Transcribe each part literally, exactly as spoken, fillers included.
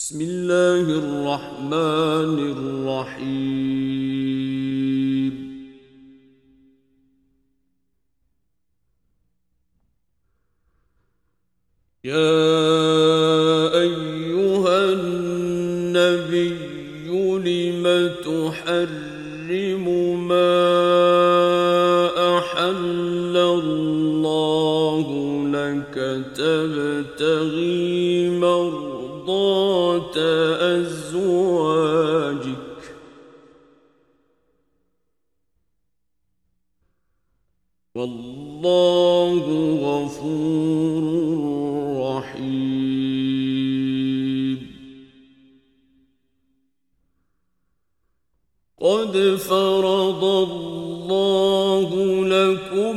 بسم الله الرحمن الرحيم. يا أيها النبي لم تحرم ما أحل الله لك تبتغي مرضات أزواجك والله غفور رحيم. قد فرض الله لكم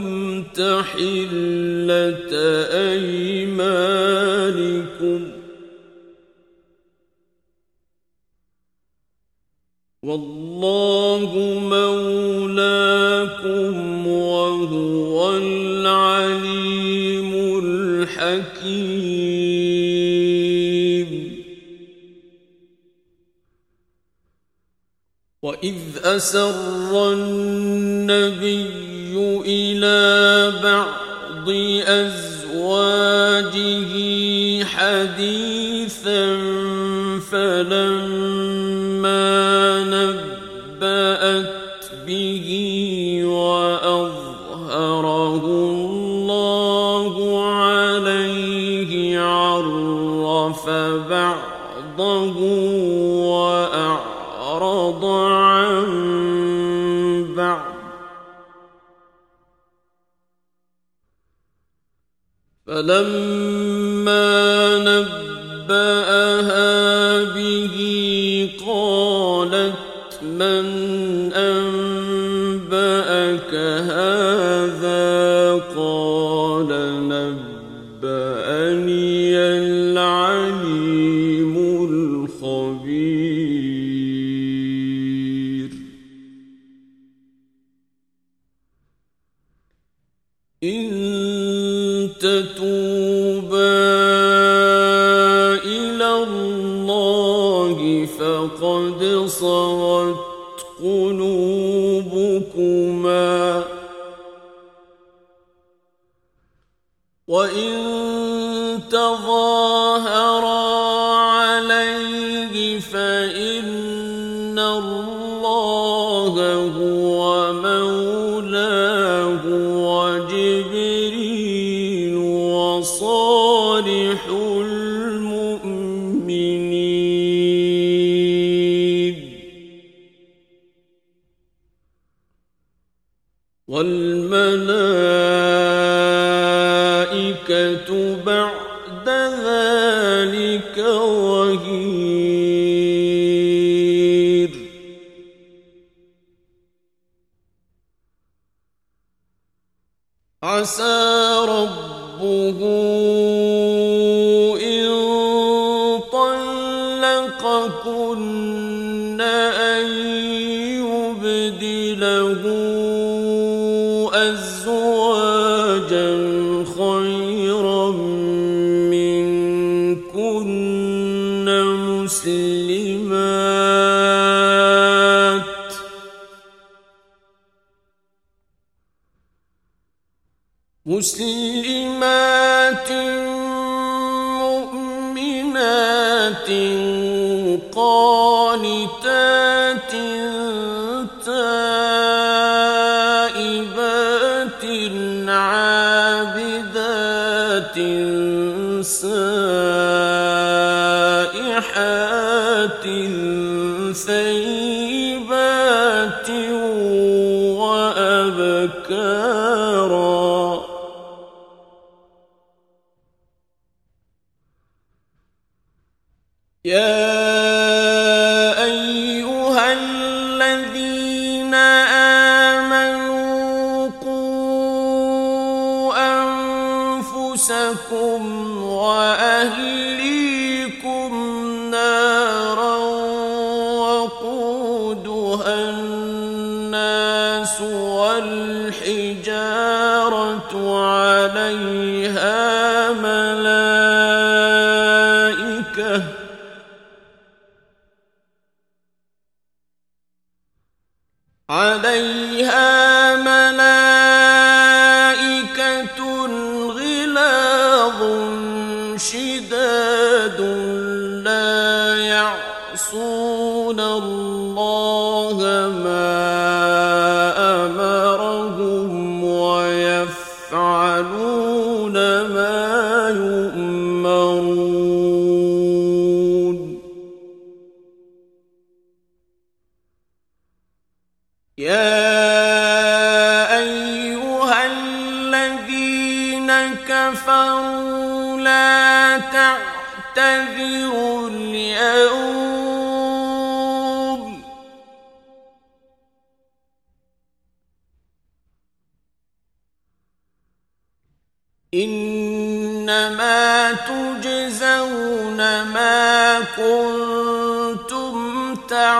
تحلة أيمانكم والله مولاكم وهو العليم الحكيم. وإذ أسر النبي إلى بعض أزواجه حديثا فلما نبأت به وأظهره الله عليه عرف بعضه وأعرض عن بعض فلما نبأها به قالت من أنبأك هذا قال نبأني العليم الخبير. إن تتوبا إلى الله فقد صغت قلوبكما وإن تظاهرا عليه فإن الله هو مولاه وجبريل وصالح المؤمنين والملائكة بعد ذلك ظهير. عسى ربه إن طلقكن أن يبدله أزواجا خيرا منكن مسلمات مسلمات مؤمنات قانتات تائبات عابدات سائحات ثيبات وأبكارا. يا أيها الذين آمنوا قوا أنفسكم وأهليكم نارا وقودها الناس والحجارة عليها ملائكة عليها ملائكة غلاظ شداد لا يعصون الله ما أمرهم ويفعلون ما يؤمرون. يا أيها الذين كفروا لا تعتذروا اليوم إنما تجزون ما كنتم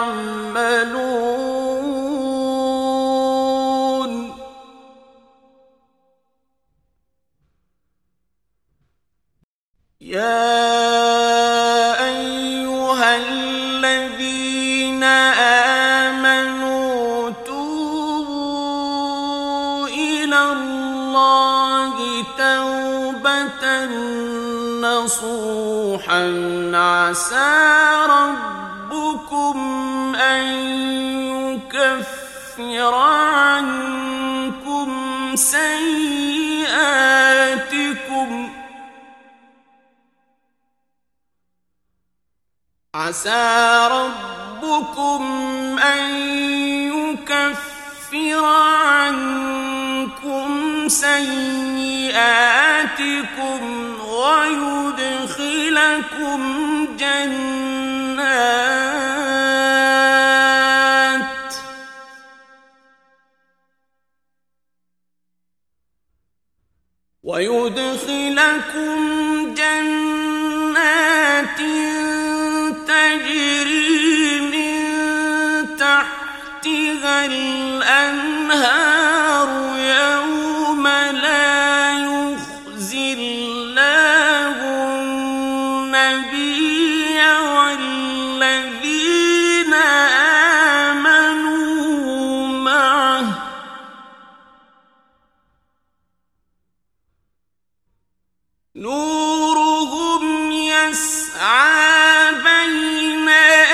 تعملون. يا أيها الذين آمنوا توبوا إلى الله توبة نصوحا عسى ربكم أن يكفر عنكم سيئاتكم عسى ربكم أن يكفر عنكم سيئاتكم ويدخلكم جنات ويدخلكم جنات تجري من تحتها الأنهار يوم لا يخزي الله النبي والذين آمنوا معه نورهم يسعى بين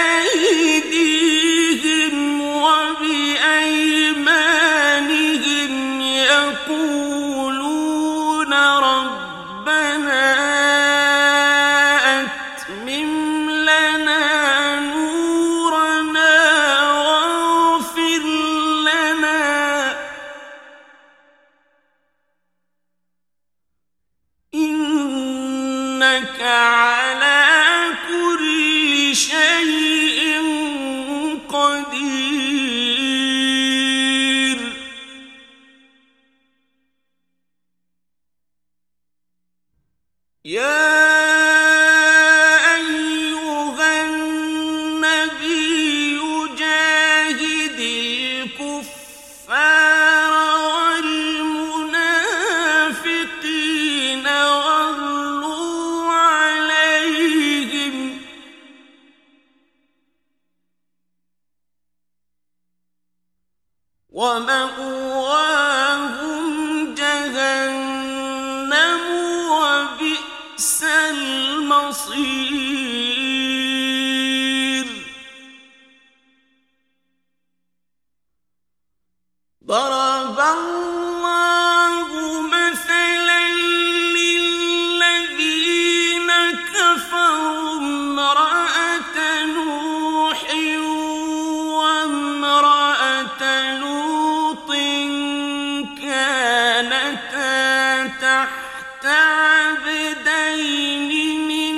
أيديهم وبأيمانهم يقولون ربنا أتمم لنا نورنا واغفر لنا إنك على كل شيء قدير. يا أيها النبي جاهد الكفار والمنافقين واغلظ عليهم ومأواهم جهنم وبئس المصير. ضرب الله مثلا للذين كفروا امرأة نوح وامرأة لوط كانتا تحت عبدين من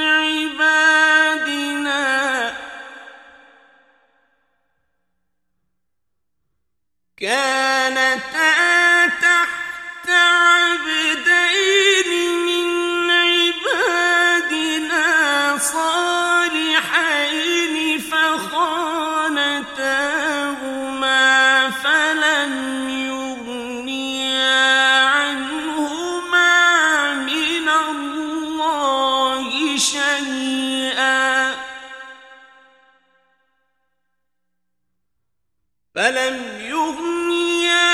عبادنا كانتا تحت عبدين من عبادنا صالحين فخانتاهما فلم يغنيا عنهما من الله شيئا فلم يغنيا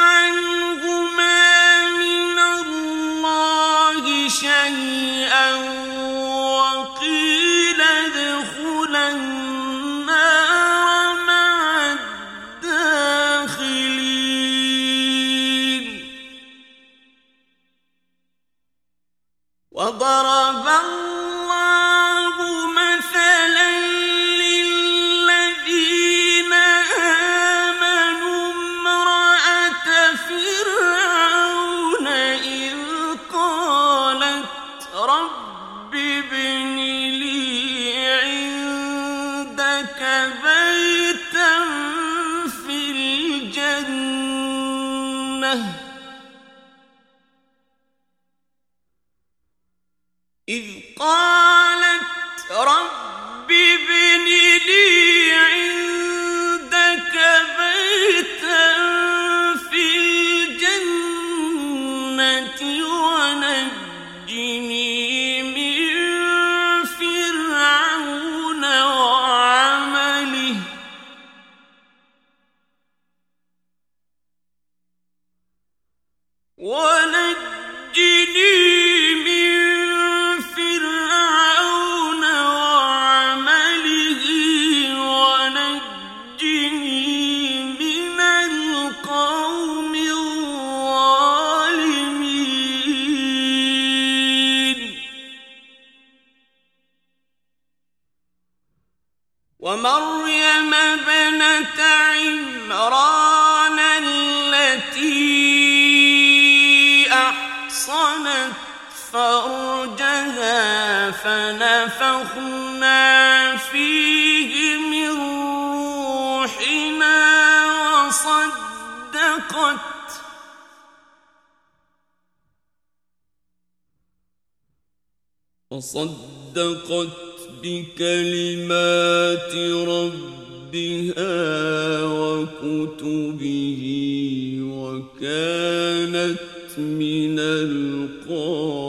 عنهما من الله شيئا وقيل ادخلا النار مع الداخلين. وضرب الله مثلا للذين آمنوا امرأة فرعون إذ قالت رب ابن لي عندك بيتا في الجنة إذ قالت رب ابن لي عندك بيتا في الجنة ونجني من فرعون وعمله ونجني ومريم ابنة عمران التي أحصنت فرجها فنفخنا فيه من روحنا وصدقت وصدقت بكلمات ربها وكتبه وكانت من القانتين.